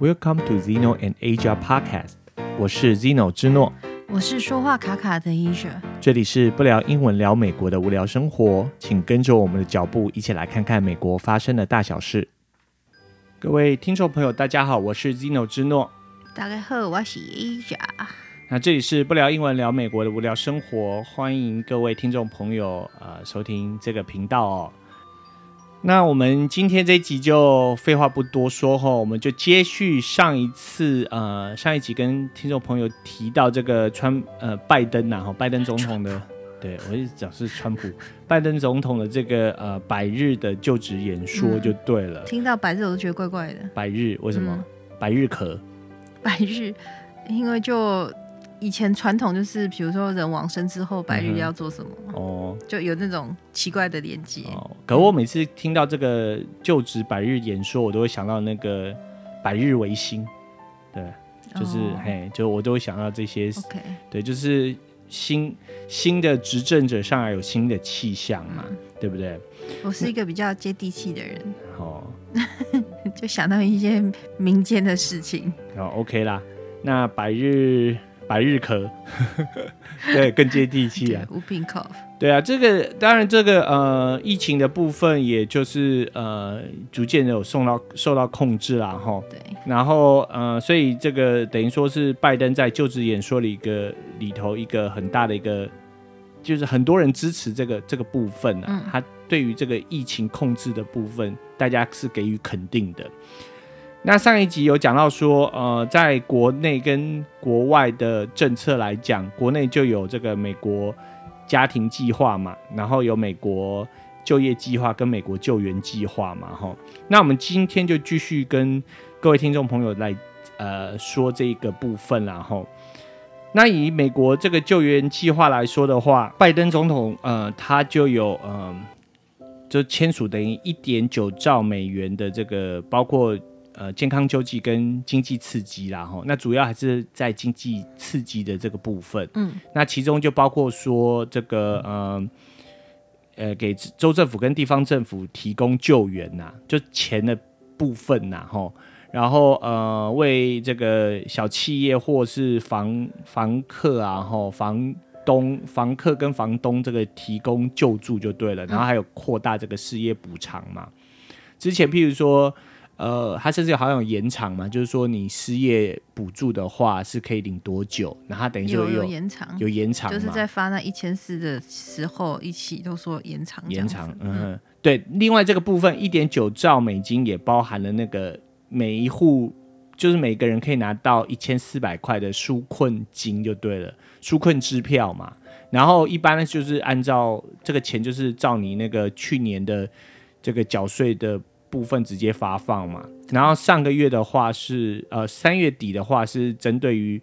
Welcome to Zeno and Asia Podcast， 我是 Zeno 之诺， 我是说话卡卡的 Asia， 这里是不聊英文聊美国的无聊生活，请跟着我们的脚步一起来看看美国发生的大小事。各位听众朋友大家好，我是 Zeno 之诺。 大家好，我是 Asia。 那这里是不聊英文聊美国的无聊生活，欢迎各位听众朋友收听这个频道哦。那我们今天这一集就废话不多说吼，我们就接续上一集跟听众朋友提到这个拜登拜登总统的，对我一直讲是川普，拜登总统的这个百日的就职演说就对了。 听到百日我都觉得怪怪的。百日为什么？百日咳？ 百日，因为就以前传统就是，比如说人往生之后百日要做什么，就有那种奇怪的连接。 可我每次听到这个就职百日演说，我都会想到那个百日维新，对，就是就我都会想到这些。对，就是新的执政者上来有新的气象嘛，对不对？ 我是一个比较接地气的人，就想到一些民间的事情。 OK 啦，那百日咳对，更接地气啊。 whooping cough。 对啊，当然这个疫情的部分，也就是逐渐的有受到控制啦齁。 对。 然后所以这个等于说是拜登在就职演说里头一个很大的一个，就是很多人支持这个部分啊。他对于这个疫情控制的部分，大家是给予肯定的。那上一集有讲到说，在国内跟国外的政策来讲，国内就有这个美国家庭计划嘛，然后有美国就业计划跟美国救援计划嘛，那我们今天就继续跟各位听众朋友来说这个部分啦，那以美国这个救援计划来说的话，拜登总统他就有就签署等于1.9兆美元的这个包括健康救济跟经济刺激啦，那主要还是在经济刺激的这个部分。那其中就包括说这个给州政府跟地方政府提供救援呐，就钱的部分呐，然后为这个小企业或是房客啊，房客跟房东这个提供救助就对了，然后还有扩大这个失业补偿嘛。之前譬如说他甚至好像有延长嘛，就是说你失业补助的话是可以领多久，然后他等于说有延长嘛， 就是在发那1400的时候一起都说延长。 对。另外这个部分1.9兆美金也包含了那个每一户就是每个人可以拿到1400块的纾困金就对了，纾困支票嘛。然后一般就是按照这个钱就是照你那个去年的这个缴税的部分直接发放嘛。然后上个月的话是3月底的话是针对于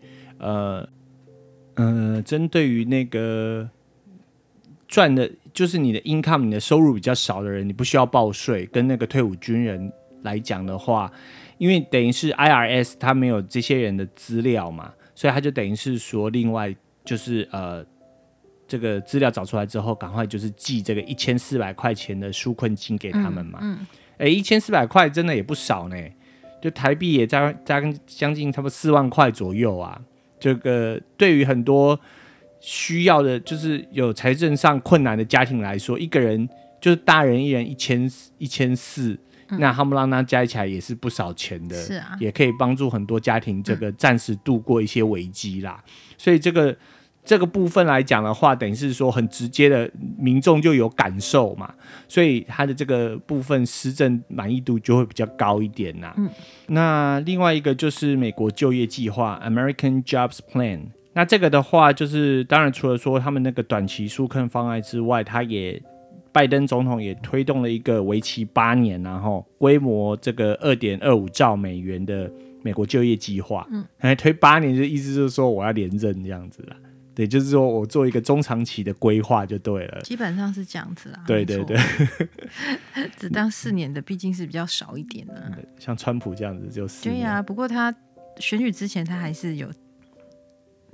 那个赚的就是你的 income 你的收入比较少的人，你不需要报税，跟那个退伍军人来讲的话，因为等于是 IRS 他没有这些人的资料嘛，所以他就等于是说另外就是这个资料找出来之后赶快就是寄这个1400块钱的纾困金给他们嘛。1400块真的也不少呢，就台币也将近差不多4万块左右啊。这个对于很多需要的就是有财政上困难的家庭来说，一个人就是大人一人1400，那他们让他加起来也是不少钱的， 是啊， 也可以帮助很多家庭这个暂时度过一些危机啦。所以这个部分来讲的话，等于是说很直接的民众就有感受嘛，所以他的这个部分施政满意度就会比较高一点啦。那另外一个就是美国就业计划 American Jobs Plan， 那这个的话就是当然除了说他们那个短期纾困方案之外，拜登总统也推动了一个为期8年，然后规模这个2.25兆美元的美国就业计划。推8年的意思就是说我要连任这样子啦。对，就是说我做一个中长期的规划就对了， 基本上是这样子啦。 对， 只当4年的毕竟是比较少一点啊。 像川普这样子就4年。 对啊，不过他选举之前他还是有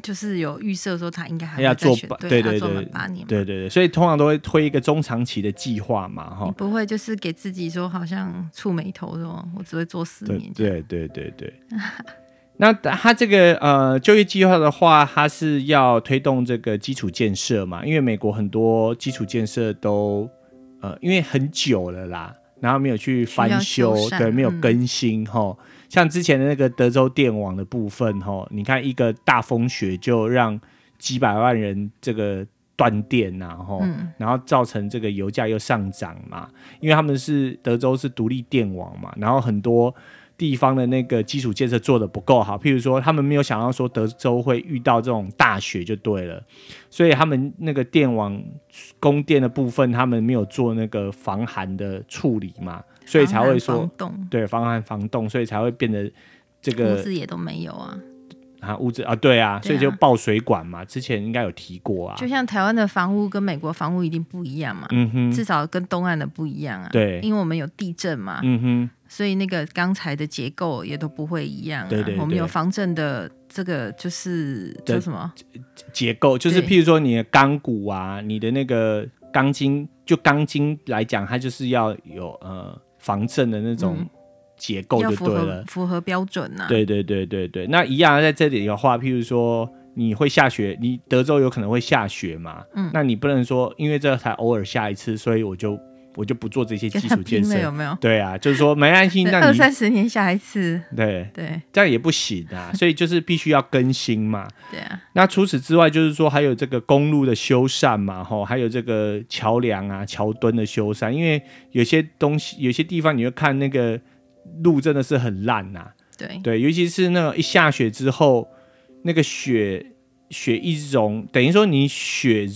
就是有预设说他应该还要做对对对，做满8年嘛， 对对对，所以通常都会推一个中长期的计划嘛， 你不会就是给自己说好像触眉头说我只会做4年， 对对对对。那他这个就业计划的话，他是要推动这个基础建设嘛，因为美国很多基础建设都因为很久了啦，然后没有去翻修，对，没有更新像之前的那个德州电网的部分你看一个大风雪就让几百万人这个断电然后造成这个油价又上涨嘛，因为他们德州是独立电网嘛，然后很多地方的那个基础建设做得不够好，譬如说他们没有想到说德州会遇到这种大雪就对了，所以他们那个电网供电的部分他们没有做那个防寒的处理嘛，所以才会说对防寒防冻，所以才会变得这个屋子也都没有屋子对啊，所以就爆水管嘛，之前应该有提过啊。 就像台湾的房屋跟美国房屋一定不一样嘛，至少跟东岸的不一样啊。 对， 因为我们有地震嘛，所以那个钢材的结构也都不会一样对对对， 我们有防震的这个就是叫什么结构，就是譬如说你的钢骨啊，你的那个钢筋，就钢筋来讲，它就是要有防震的那种结构就对了， 符合标准啊。 对对对对对，那一样在这里的话，譬如说你会下雪，你德州有可能会下雪嘛，那你不能说因为这才偶尔下一次，所以我就不做这些基础建设， 有没有？ 对啊，就是说没关系，那你 20-30年下一次， 对，这样也不行啊，所以就是必须要更新嘛。 对啊。 那除此之外，就是说还有这个公路的修缮嘛，还有这个桥梁啊、桥墩的修缮，因为有些东西、有些地方你会看那个路真的是很烂呐、对，尤其是那个一下雪之后，那个雪一融，等于说你雪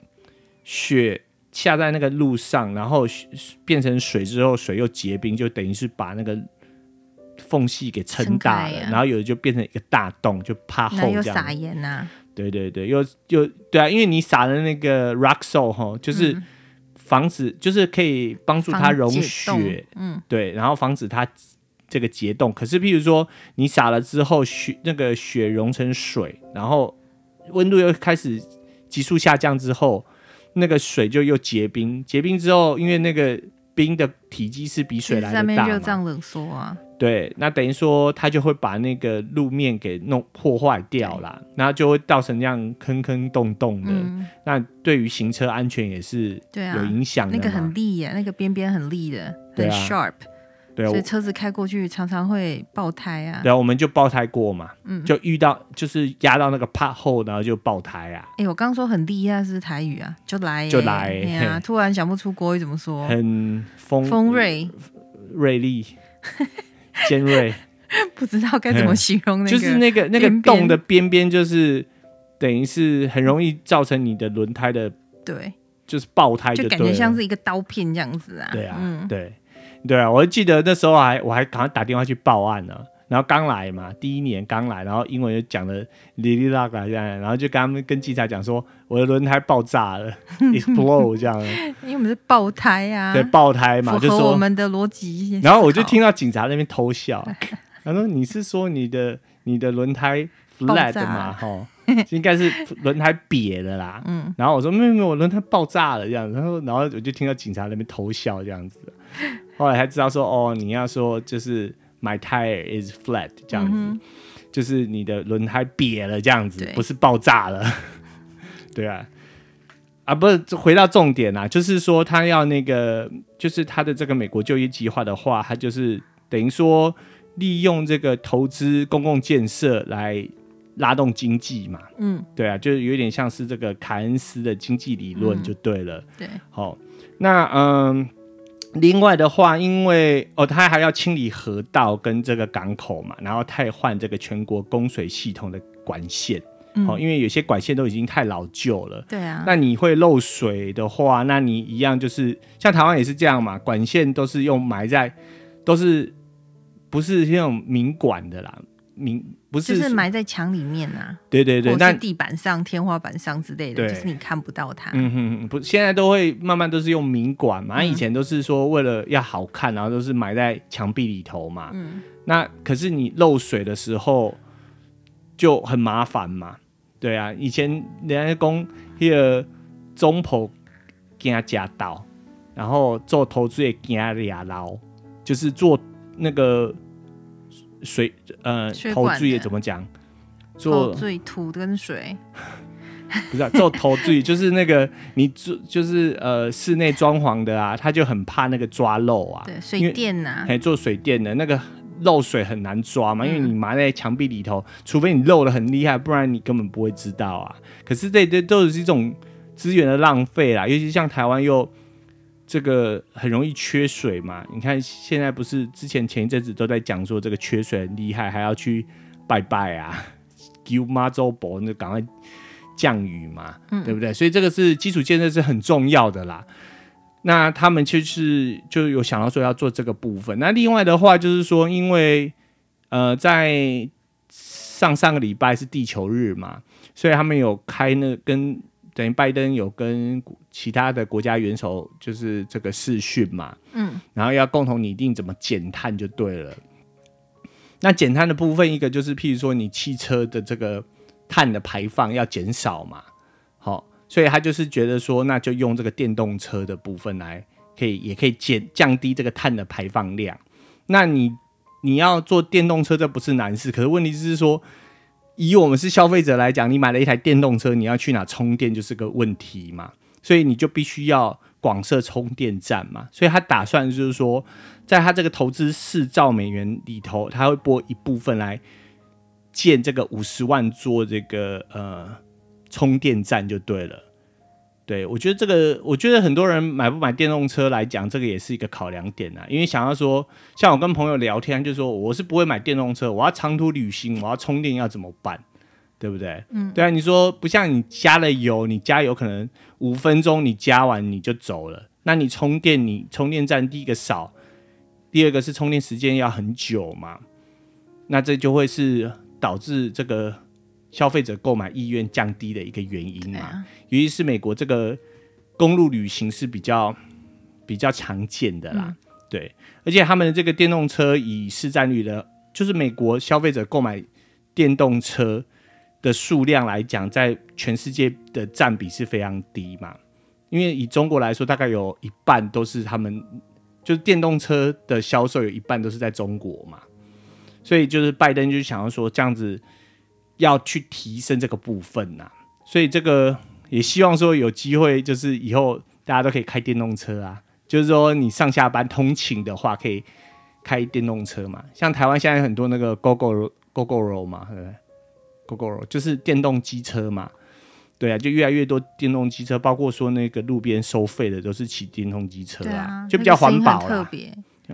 下在那个路上，然后变成水之后，水又结冰，就等于是把那个缝隙给撑大了，然后有的就变成一个大洞，就趴后这样。 又撒盐啊？ 对对对，又对啊，因为你撒的那个 rock salt 就是防止，就是可以帮助它溶雪，对，然后防止它这个结冻。可是譬如说你撒了之后，那个雪融成水，然后温度又开始急速下降之后，那个水就又结冰，结冰之后，因为那个冰的体积是比水来的大嘛， 上面就这样冷缩啊。 对，那等于说它就会把那个路面给破坏掉啦，然后就会造成这样坑坑洞洞的。那对于行车安全也是有影响的嘛。 那个很利耶，那个边边很利的，很 sharp。对，所以车子开过去常常会爆胎啊。 对啊，我们就爆胎过嘛，就遇到就是压到那个 pothole， 然后就爆胎啊。 我刚说很厉害是台语啊，就来突然想不出国语怎么说， 很锋锐、 锐利、尖锐， 不知道该怎么形容那个， 就是那个洞的边边，就是等于是很容易造成你的轮胎的， 对， 就是爆胎就对了， 就感觉像是一个刀片这样子啊。 对啊，对啊，我记得那时候我还赶快打电话去报案了，然后刚来嘛，第一年刚来，然后英文就讲的哩哩啦啦这样，然后就跟警察讲说我的轮胎爆炸了，explode 这样， 因为我们是爆胎啊， 对，爆胎嘛， 符合我们的逻辑。 然后我就听到警察那边偷笑，他说你是说你的轮胎 flat 嘛，应该是轮胎瘪了啦，然后我说没有，我轮胎爆炸了这样，然后我就听到警察那边偷笑这样子。后来才知道说你要说就是 my tire is flat 这样子，就是你的轮胎瘪了这样子，不是爆炸了。对啊，不是回到重点啦，就是说他要那个，就是他的这个美国就业计划的话，他就是等于说利用这个投资公共建设来拉动经济嘛。对啊，就是有点像是这个凯恩斯的经济理论就对了。 对， 好，那另外的话，因为他还要清理河道跟这个港口嘛，然后汰换这个全国供水系统的管线。因为有些管线都已经太老旧了。 对啊， 那你会漏水的话，那你一样就是像台湾也是这样嘛，管线都是用埋在，都是不是那种明管的啦，不是就是埋在墙里面啊。 对对对， 或是地板上、天花板上之类的，就是你看不到它。 不，现在都会慢慢都是用明管嘛，以前都是说为了要好看，然后都是埋在墙壁里头嘛。那可是你漏水的时候就很麻烦嘛。 对啊，以前人家讲那个中埔惊吃到，然后做投资也惊俩捞，就是做那个水投资也怎么讲？ 做投资土跟水。 不是、做投资就是那个你就是室内装潢的啊，他就很怕那个抓漏啊。 对，水电啊， 做水电的那个漏水很难抓嘛，因为你埋在墙壁里头，除非你漏得很厉害，不然你根本不会知道啊。可是这都是一种资源的浪费啦，尤其像台湾又这个很容易缺水嘛。你看现在不是前一阵子都在讲说这个缺水很厉害，还要去拜拜啊，求妈祖婆，那赶快降雨嘛，对不对？所以这个是基础建设是很重要的啦。那他们就有想到说要做这个部分。那另外的话就是说，因为在上个礼拜是地球日嘛，所以他们有开等于拜登有跟其他的国家元首就是这个视讯嘛，然后要共同拟定怎么减碳就对了。那减碳的部分，一个就是譬如说你汽车的这个碳的排放要减少嘛，好，所以他就是觉得说，那就用这个电动车的部分来，也可以降低这个碳的排放量。那你要做电动车，这不是难事，可是问题是说，以我们是消费者来讲，你买了一台电动车，你要去哪充电就是个问题嘛，所以你就必须要广设充电站嘛。所以他打算就是说，在他这个投资4兆美元里头，他会拨一部分来建这个50万座这个充电站就对了。对，我觉得很多人买不买电动车来讲，这个也是一个考量点啊。因为想要说，像我跟朋友聊天，就说我是不会买电动车，我要长途旅行，我要充电要怎么办？对不对？对啊，你说不像你加了油，你加油可能5分钟你加完你就走了，那你充电站第一个少，第二个是充电时间要很久嘛，那这就会是导致这个消费者购买意愿降低的一个原因嘛。尤其是美国这个公路旅行是比较常见的啦，对，而且他们的这个电动车以市占率的，就是美国消费者购买电动车的数量来讲，在全世界的占比是非常低嘛。因为以中国来说，大概有一半都是他们就是电动车的销售有一半都是在中国嘛，所以就是拜登就想要说这样子要去提升这个部分啊，所以这个也希望说有机会，就是以后大家都可以开电动车啊，就是说你上下班通勤的话，可以开电动车嘛。像台湾现在很多那个 Gogoro 嘛，对不对 ？Gogoro 就是电动机车嘛，对啊，就越来越多电动机车，包括说那个路边收费的都是骑电动机车啊，就比较环保啦。 特别，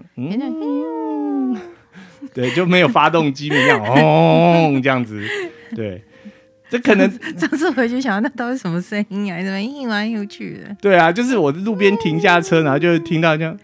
对，就没有发动机，这样这样子，对。这可能上次回去想，那到底什么声音啊？怎么一来又去的？ 对啊，就是我路边停下车，然后就听到这样，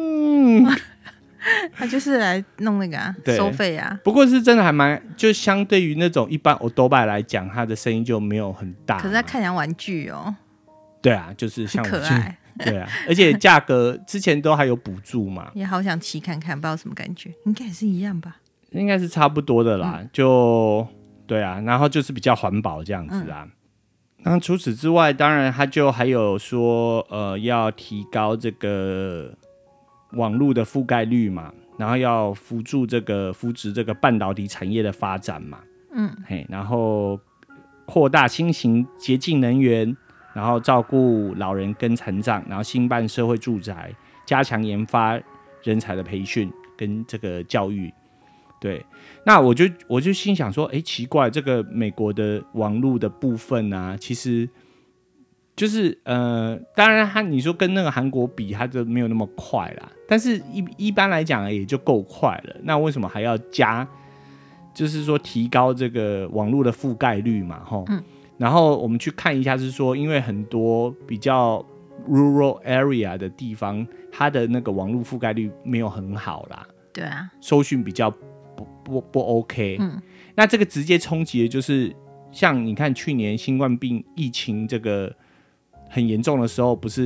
他就是来弄那个收费啊。 不过是真的还蛮，就相对于那种一般 Odoba 来讲，它的声音就没有很大。 可是它看起来玩具哦。 对啊，就是像可爱。 对啊，而且价格之前都还有补助嘛。 也好想骑看看，不知道什么感觉，应该也是一样吧？ 应该是差不多的啦，就。对啊，然后就是比较环保这样子啊。那除此之外，当然他就还有说，要提高这个网络的覆盖率嘛，然后要扶植这个半导体产业的发展嘛。然后扩大新型洁净能源，然后照顾老人跟残障，然后兴办社会住宅，加强研发人才的培训跟这个教育。对，那我就心想说，奇怪，这个美国的网络的部分啊，其实就是当然你说跟那个韩国比，它就没有那么快啦，但是一般来讲也就够快了。那为什么还要就是说提高这个网络的覆盖率嘛？然后我们去看一下，是说因为很多比较 rural area 的地方，它的那个网络覆盖率没有很好啦。 对啊， 搜寻比较不 OK。那这个直接冲击的就是像你看去年新冠病疫情这个很严重的时候，不是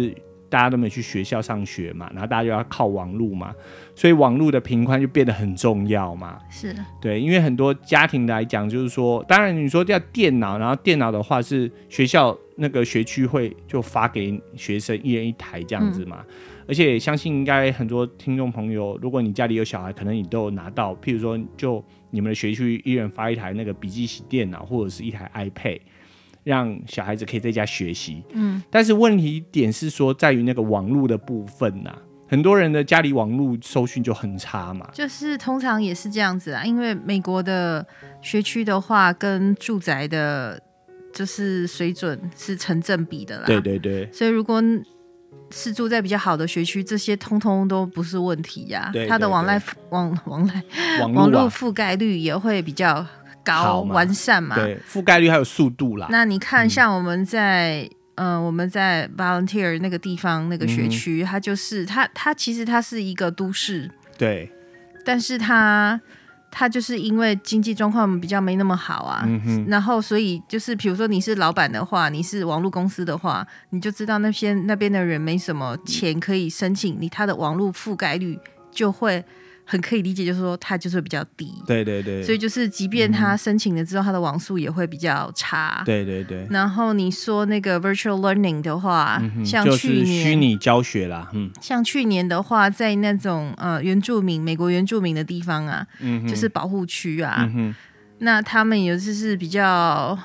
大家都没有去学校上学嘛，然后大家就要靠网络嘛，所以网络的频宽就变得很重要嘛。 是， 对，因为很多家庭来讲，就是说，当然你说要电脑，然后电脑的话是学校那个学区会就发给学生一人一台这样子嘛。而且相信应该很多听众朋友，如果你家里有小孩，可能你都有拿到，譬如说就你们的学区一人发一台那个笔记型电脑或者是一台 iPad， 让小孩子可以在家学习。但是问题点是说在于那个网络的部分啊，很多人的家里网络收讯就很差嘛。 就是通常也是这样子啊，因为美国的学区的话跟住宅的就是水准是成正比的啦。 对对对， 所以如果是住在比较好的学区，这些通通都不是问题呀。 对对对， 它的网络覆盖率也会比较高，完善嘛。 对，覆盖率还有速度啦。 那你看，像我们在Volunteer 那个地方那个学区，它就是它其实它是一个都市， 对， 但是它就是因为经济状况比较没那么好啊，然后所以就是比如说你是老板的话，你是网络公司的话，你就知道那边的人没什么钱可以申请，他的网络覆盖率就会很可以理解，就是说它就是会比较低。 对对对， 所以就是即便他申请了之后，他的网速也会比较差。对对对。然后你说那个 virtual learning 的话，像去年就是虚拟教学啦， 像去年的话，在那种美国原住民的地方啊，就是保护区啊，那他们也就是比较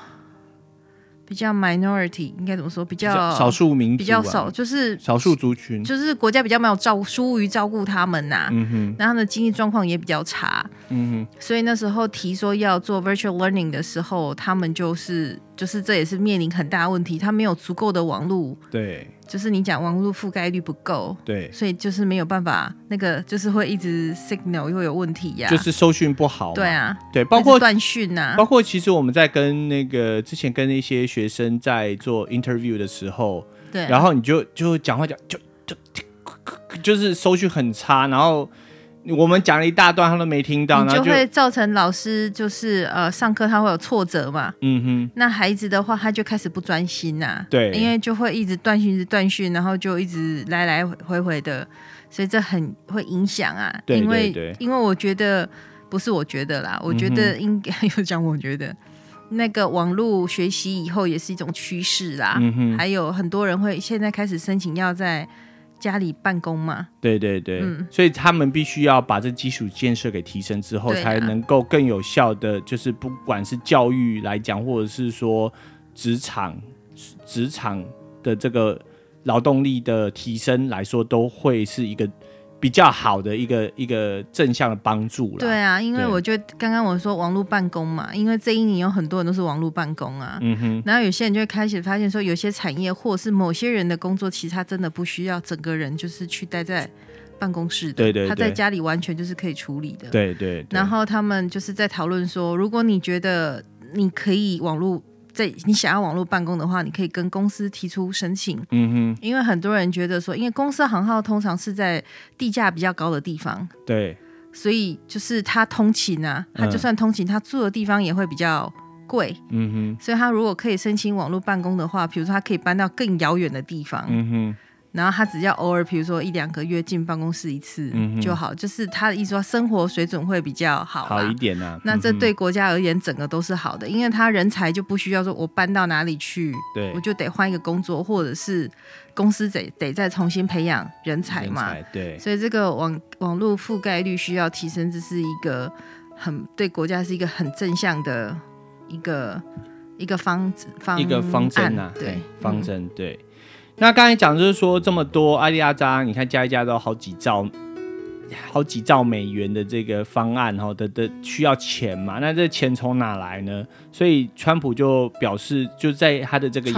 minority 应该怎么说？比较少数民族、 比较少，就是少数族群， 就是国家比较没有疏于照顾他们呐、然后呢经济状况也比较差，所以那时候提说要做 virtual learning 的时候，他们就是这也是面临很大的问题，他没有足够的网络， 对， 就是你讲网络覆盖率不够， 对， 所以就是没有办法，那个就是会一直 signal 会有问题呀、 就是收讯不好嘛， 对啊， 对，包括断讯啊， 包括其实我们在跟之前跟一些学生在做 interview 的时候， 对， 然后你就讲话就是收讯很差，然后我们讲了一大段他都没听到， 你就会造成老师就是上课他会有挫折嘛，那孩子的话他就开始不专心啊， 对， 因为就会一直断讯，然后就一直来来回回的，所以这很会影响啊， 对， 因为我觉得不是我觉得啦，我觉得应该有讲，我觉得那个网络学习以后也是一种趋势啦，还有很多人会现在开始申请要在家里办公嘛，对对对， 所以他们必须要把这基础建设给提升之后，才能够更有效的，就是不管是教育来讲，或者是说职场的这个劳动力的提升来说，都会是一个比较好的一个正向的帮助啦。 对啊，因为我觉得刚刚我说网络办公嘛，因为这一年有很多人都是网络办公啊，然后有些人就会开始发现说，有些产业或是某些人的工作，其实他真的不需要整个人就是去待在办公室的， 对， 他在家里完全就是可以处理的， 对。 然后他们就是在讨论说，如果你觉得你可以你想要网络办公的话，你可以跟公司提出申请。因为很多人觉得说，因为公司行号通常是在地价比较高的地方， 对， 所以就是他通勤啊，他就算通勤，他住的地方也会比较贵。所以他如果可以申请网络办公的话，比如说他可以搬到更遥远的地方。然后他只要偶尔比如说1-2个月进办公室一次就好，就是他的意思说生活水准会比较好一点啊。 那这对国家而言整个都是好的，因为他人才就不需要说我搬到哪里去，我就得换一个工作，或者是公司得再重新培养人才嘛。 对，所以这个网络覆盖率需要提升，这是一个对国家是一个很正向的一个方针啊，对，方针对。那刚才讲就是说这么多阿里阿扎，你看加一加都好几兆美元的这个方案的需要钱嘛？那这钱从哪来呢？所以川普就表示，就在他的这个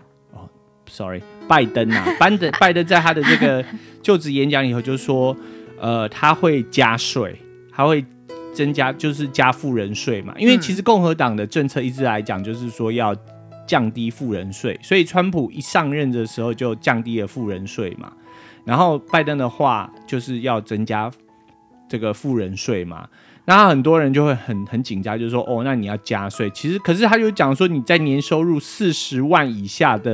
拜登啊，拜登在他的这个就职演讲以后就说，他会加税，他会增加就是加富人税嘛，因为其实共和党的政策一直来讲就是说要降低富人税，所以川普一上任的时候就降低了富人税嘛，然后拜登的话就是要增加这个富人税嘛，那很多人就会很紧张，就是说那你要加税，可是他就讲说你在年收入40万以下的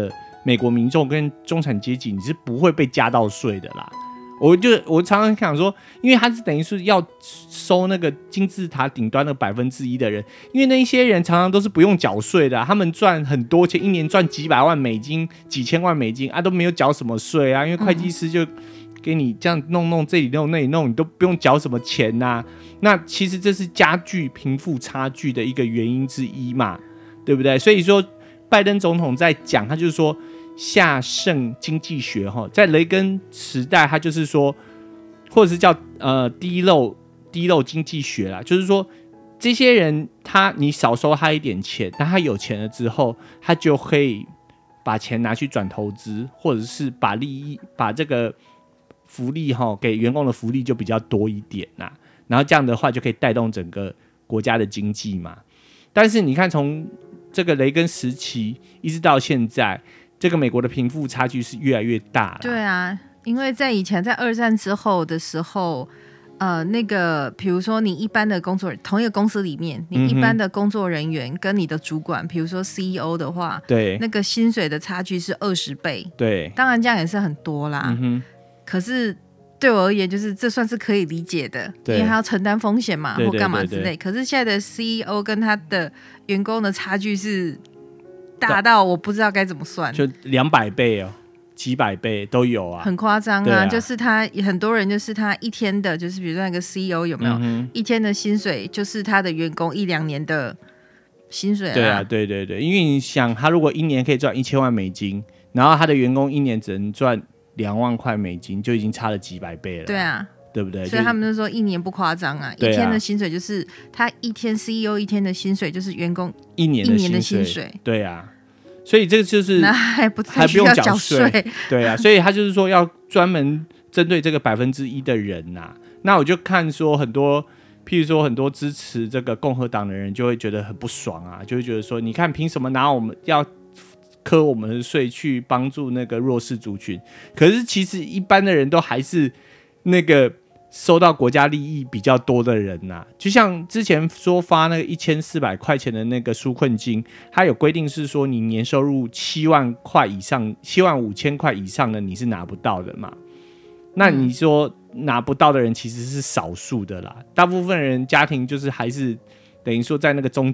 美国民众跟中产阶级，你是不会被加到税的啦。我常常想说，因为他是等于是要收那个金字塔顶端的1%的人，因为那些人常常都是不用缴税的他们赚很多钱，一年赚几百万美金、几千万美金都没有缴什么税因为会计师就给你这样弄这里弄那里弄，你都不用缴什么钱那其实这是加剧贫富差距的一个原因之一嘛，对不对？所以说拜登总统在讲，他就是说下剩经济学在雷根时代，他就是说，或者是叫低漏经济学啦，就是说这些人你少收他一点钱，那他有钱了之后，他就可以把钱拿去转投资，或者是把这个福利给员工的福利就比较多一点然后这样的话就可以带动整个国家的经济嘛。但是你看，从这个雷根时期一直到现在，这个美国的贫富差距是越来越大了。 对啊，因为在以前在二战之后的时候，那个比如说你一般的工作人，同一个公司里面，你一般的工作人员跟你的主管，比如说 CEO 的话， 对， 那个薪水的差距是20倍。 对， 当然这样也是很多啦。可是对我而言，就是这算是可以理解的，因为他要承担风险嘛，或干嘛之类。可是现在的 CEO 跟他的员工的差距是大到我不知道该怎么算， 就200倍几百倍都有很夸张就是他很多人就是他一天的，就是比如说那个 CEO 有没有、一天的薪水，就是他的员工1-2年的薪水对啊，对，因为你想，他如果一年可以赚1000万美金，然后他的员工一年只能赚2万块美金，就已经差了几百倍了。 对啊， 对不对？ 所以他们就说一年不夸张一天的薪水就是他一天 CEO 一天的薪水就是员工一年的薪水。 对啊，所以这个就是那还不用缴税。 对啊，所以他就是说要专门针对这个1%的人那我就看说很多，譬如说很多支持这个共和党的人就会觉得很不爽就会觉得说，你看凭什么拿我们要扣我们的税去帮助那个弱势族群？可是其实一般的人都还是那个收到国家利益比较多的人就像之前说发那个1400块钱的那个纾困金，它有规定是说你年收入7万块以上，75000块以上的你是拿不到的嘛。那你说拿不到的人其实是少数的啦，大部分人家庭就是还是等于说在那个中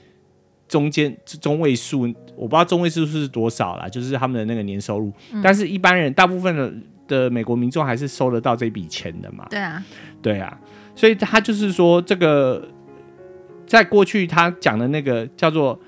位数，我不知道中位数是多少啦，就是他们的那个年收入，但是一般人大部分的美国民众还是收得到这笔钱的嘛。对啊，所以他就是说这个在过去他讲的那个叫做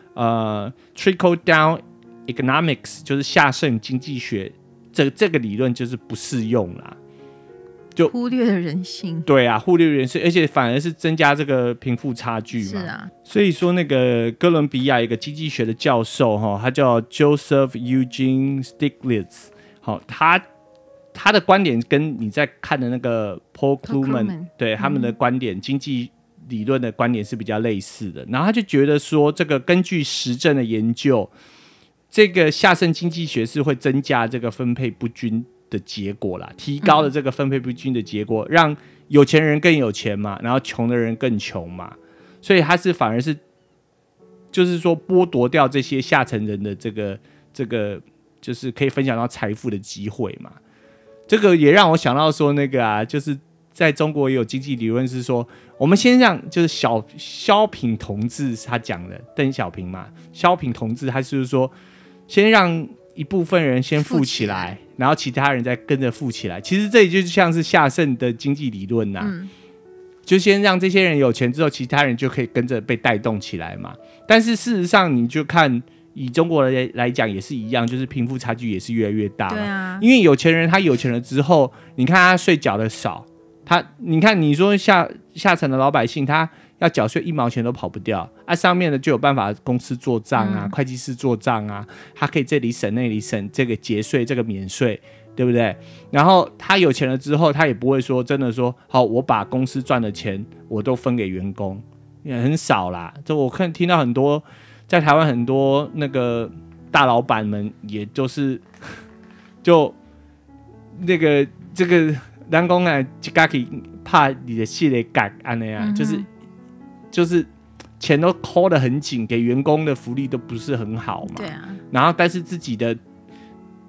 trickle down economics， 就是下剩经济学，这个理论就是不适用啦，就忽略了人性。 对啊，忽略人性，而且反而是增加这个贫富差距嘛。 是啊， 所以说那个哥伦比亚一个经济学的教授他叫 Joseph Eugene Stiglitz， 他的观点跟你在看的那个 Paul Krugman 对他们的观点，经济理论的观点是比较类似的。然后他就觉得说，这个根据实证的研究，这个下剩经济学是会增加这个分配不均的结果啦，提高了这个分配不均的结果，让有钱人更有钱嘛，然后穷的人更穷嘛。所以他是反而是就是说剥夺掉这些下层人的这个就是可以分享到财富的机会嘛。这个也让我想到说那个就是在中国也有经济理论是说，我们先让就是萧品同志他讲的，邓小平嘛，萧品同志他就是说先让一部分人先富起来，然后其他人再跟着富起来。其实这也就像是下剩的经济理论就先让这些人有钱之后，其他人就可以跟着被带动起来嘛。但是事实上你就看以中国人来讲也是一样，就是贫富差距也是越来越大嘛。 对啊， 因为有钱人他有钱了之后，你看他税缴的少，你看你说下层的老百姓他要缴税1毛钱都跑不掉上面的就有办法公司做账会计师做账他可以这里省那里省，这个节税这个免税，对不对？然后他有钱了之后，他也不会说真的说好我把公司赚的钱我都分给员工，也很少啦。这我听到很多在台湾很多那个大老板们也就是就那个这个人讲自己怕你的系列改安那就是钱都抠得很紧，给员工的福利都不是很好嘛。 对啊， 然后但是自己的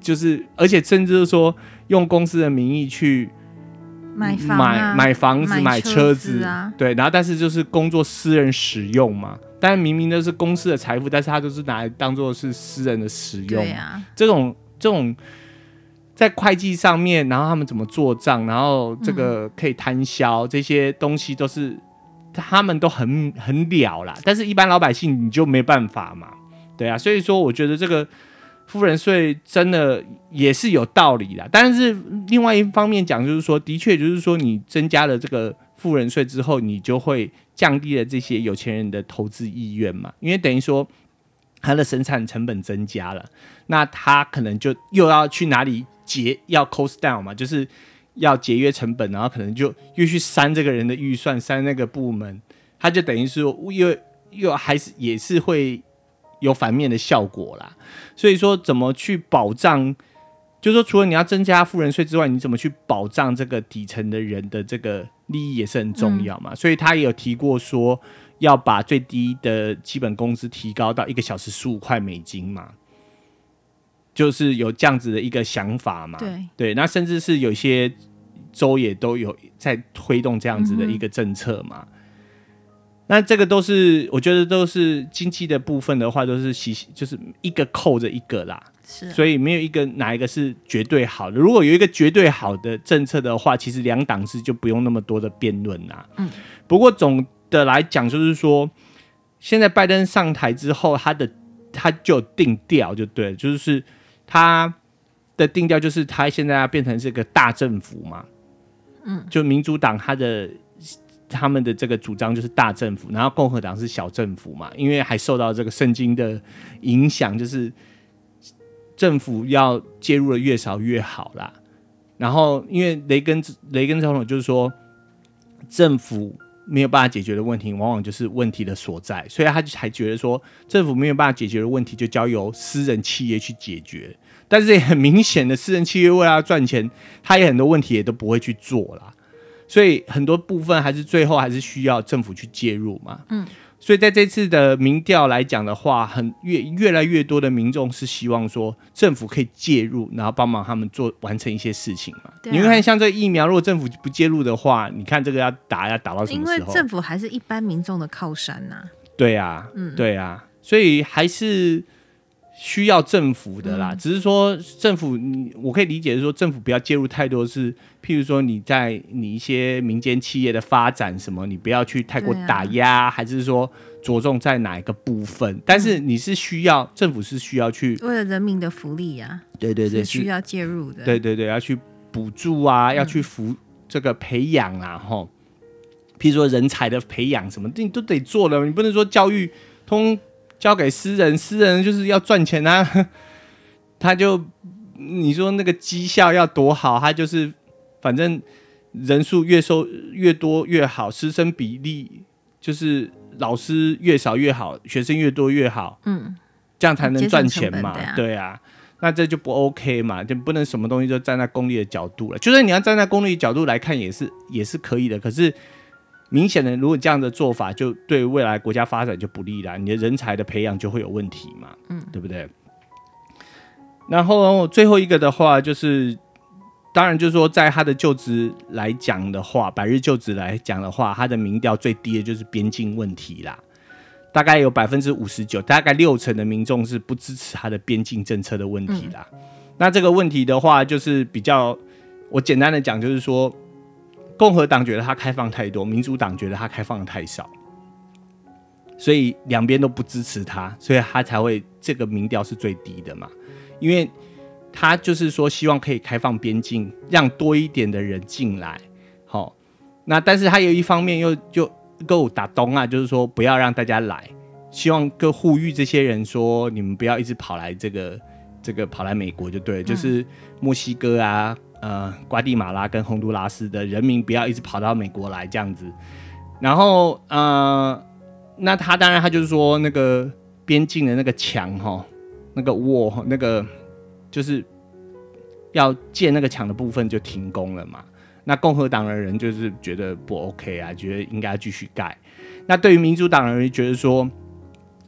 就是而且甚至是说用公司的名义去买房子、买车子啊， 对，然后但是就是工作私人使用嘛，但明明都是公司的财富，但是他都是拿来当做是私人的使用。 对啊， 这种在会计上面，然后他们怎么做账，然后这个可以摊销，这些东西都是他们都很了啦，但是一般老百姓你就没办法嘛，对啊，所以说我觉得这个富人税真的也是有道理啦，但是另外一方面讲，就是说，的确就是说，你增加了这个富人税之后，你就会降低了这些有钱人的投资意愿嘛，因为等于说他的生产成本增加了，那他可能就又要去哪里要 cost down 嘛，就是要节约成本，然后可能就又去删这个人的预算，删那个部门，他就等于是又还是也是会有反面的效果啦。所以说怎么去保障，就是说除了你要增加富人税之外，你怎么去保障这个底层的人的这个利益也是很重要嘛。所以他也有提过说要把最低的基本工资提高到1个小时15块美金嘛，就是有这样子的一个想法嘛。对，那甚至是有些州也都有在推动这样子的一个政策嘛。那这个都是我觉得都是经济的部分的话，都是就是一个扣着一个啦，所以没有哪一个是绝对好的。如果有一个绝对好的政策的话，其实两党制就不用那么多的辩论啦。不过总的来讲，就是说现在拜登上台之后，他就有定调就对了，就是他的定调就是他现在要变成是个大政府嘛。就民主党他们的这个主张就是大政府，然后共和党是小政府嘛，因为还受到这个圣经的影响，就是政府要介入的越少越好啦。然后因为雷根总统就是说，政府没有办法解决的问题，往往就是问题的所在，所以他才觉得说，政府没有办法解决的问题，就交由私人企业去解决。但是也很明显的，私人企业为了要赚钱，他也很多问题也都不会去做啦。所以很多部分最后还是需要政府去介入嘛。所以在这次的民调来讲的话，越来越多的民众是希望说政府可以介入，然后帮忙他们完成一些事情嘛。你会看像这疫苗，如果政府不介入的话，你看这个要打到什么时候？ 因为政府还是一般民众的靠山啊。 对啊，对啊，所以还是需要政府的啦。只是说政府，我可以理解是说政府不要介入太多，是譬如说你一些民间企业的发展什么，你不要去太过打压，还是说着重在哪一个部分？但是你是政府是需要去为了人民的福利啊， 对， 是需要介入的。 对，要去补助啊，要去这个培养啊，譬如说人才的培养什么，你都得做了，你不能说教育交给私人就是要赚钱啊，他就你说那个绩效要多好，他就是反正人数越多越好，师生比例就是老师越少越好，学生越多越好，这样才能赚钱嘛，对啊，那这就不 OK 嘛，就不能什么东西都站在公利的角度了，就算你要站在公利的角度来看也是可以的，可是明显的，如果这样的做法，就对未来国家发展就不利啦，你的人才的培养就会有问题嘛，对不对？然后最后一个的话，就是当然就是说，在他的就职来讲的话，百日就职来讲的话，他的民调最低的就是边境问题啦，大概有59%，大概60%的民众是不支持他的边境政策的问题啦。那这个问题的话，就是比较，我简单的讲，就是说。共和党觉得它开放太多，民主党觉得它开放的太少，所以两边都不支持它，所以它才会这个民调是最低的嘛。因为他就是说希望可以开放边境，让多一点的人进来，那但是他有一方面又够打东啊，就是说不要让大家来，希望更呼吁这些人说，你们不要一直跑来这个跑来美国就对了，就是墨西哥啊。瓜地马拉跟洪都拉斯的人民不要一直跑到美国来这样子，然后那他当然他就是说那个边境的那个墙那个wall那个就是要建那个墙的部分就停工了嘛。那共和党的人就是觉得不 OK 啊，觉得应该要继续盖。那对于民主党的人觉得说，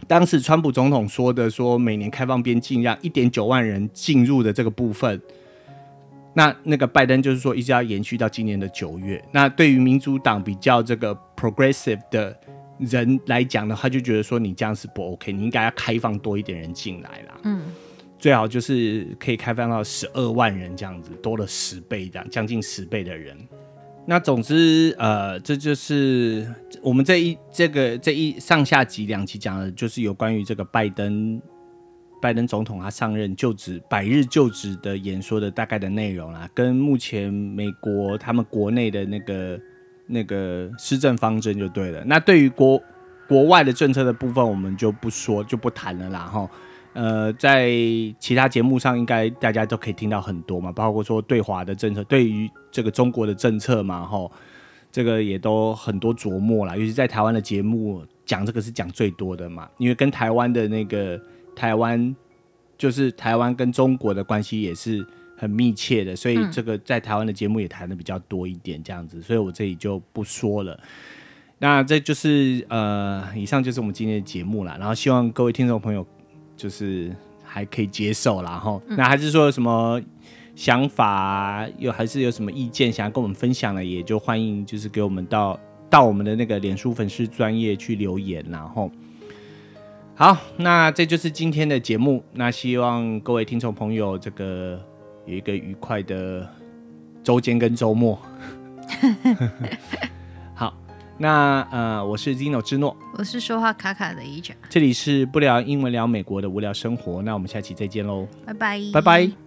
当时川普总统说每年开放边境让 1.9 万人进入的这个部分，那个拜登就是说一直要延续到今年的9月。那对于民主党比较这个 progressive 的人来讲呢，他就觉得说你这样是不 OK， 你应该要开放多一点人进来啦。最好就是可以开放到12万人这样子，多了10倍这样，将近10倍的人。那总之这就是我们这一上下集2集讲的就是有关于这个拜登总统他上任就职100日就职的演说的大概的内容啦，跟目前美国他们国内的那个施政方针就对了。那对于国外的政策的部分我们就不说就不谈了啦齁。在其他节目上应该大家都可以听到很多嘛，包括说对华的政策，对于这个中国的政策嘛齁，这个也都很多琢磨啦，尤其在台湾的节目讲这个是讲最多的嘛，因为跟台湾的那个台湾跟中国的关系也是很密切的，所以这个在台湾的节目也谈的比较多一点这样子，所以我这里就不说了。那这就是以上就是我们今天的节目啦，然后希望各位听众朋友就是还可以接受啦齁。那还是说有什么想法还是有什么意见想要跟我们分享的，也就欢迎就是给我们到我们的那个脸书粉丝专页去留言啦齁。好，那这就是今天的节目，那希望各位听众朋友这个有一个愉快的周间跟周末好，那我是 Zino 之诺， 我是说话卡卡的一长， 这里是不聊英文聊美国的无聊生活，那我们下期再见喽， 拜拜， 拜拜。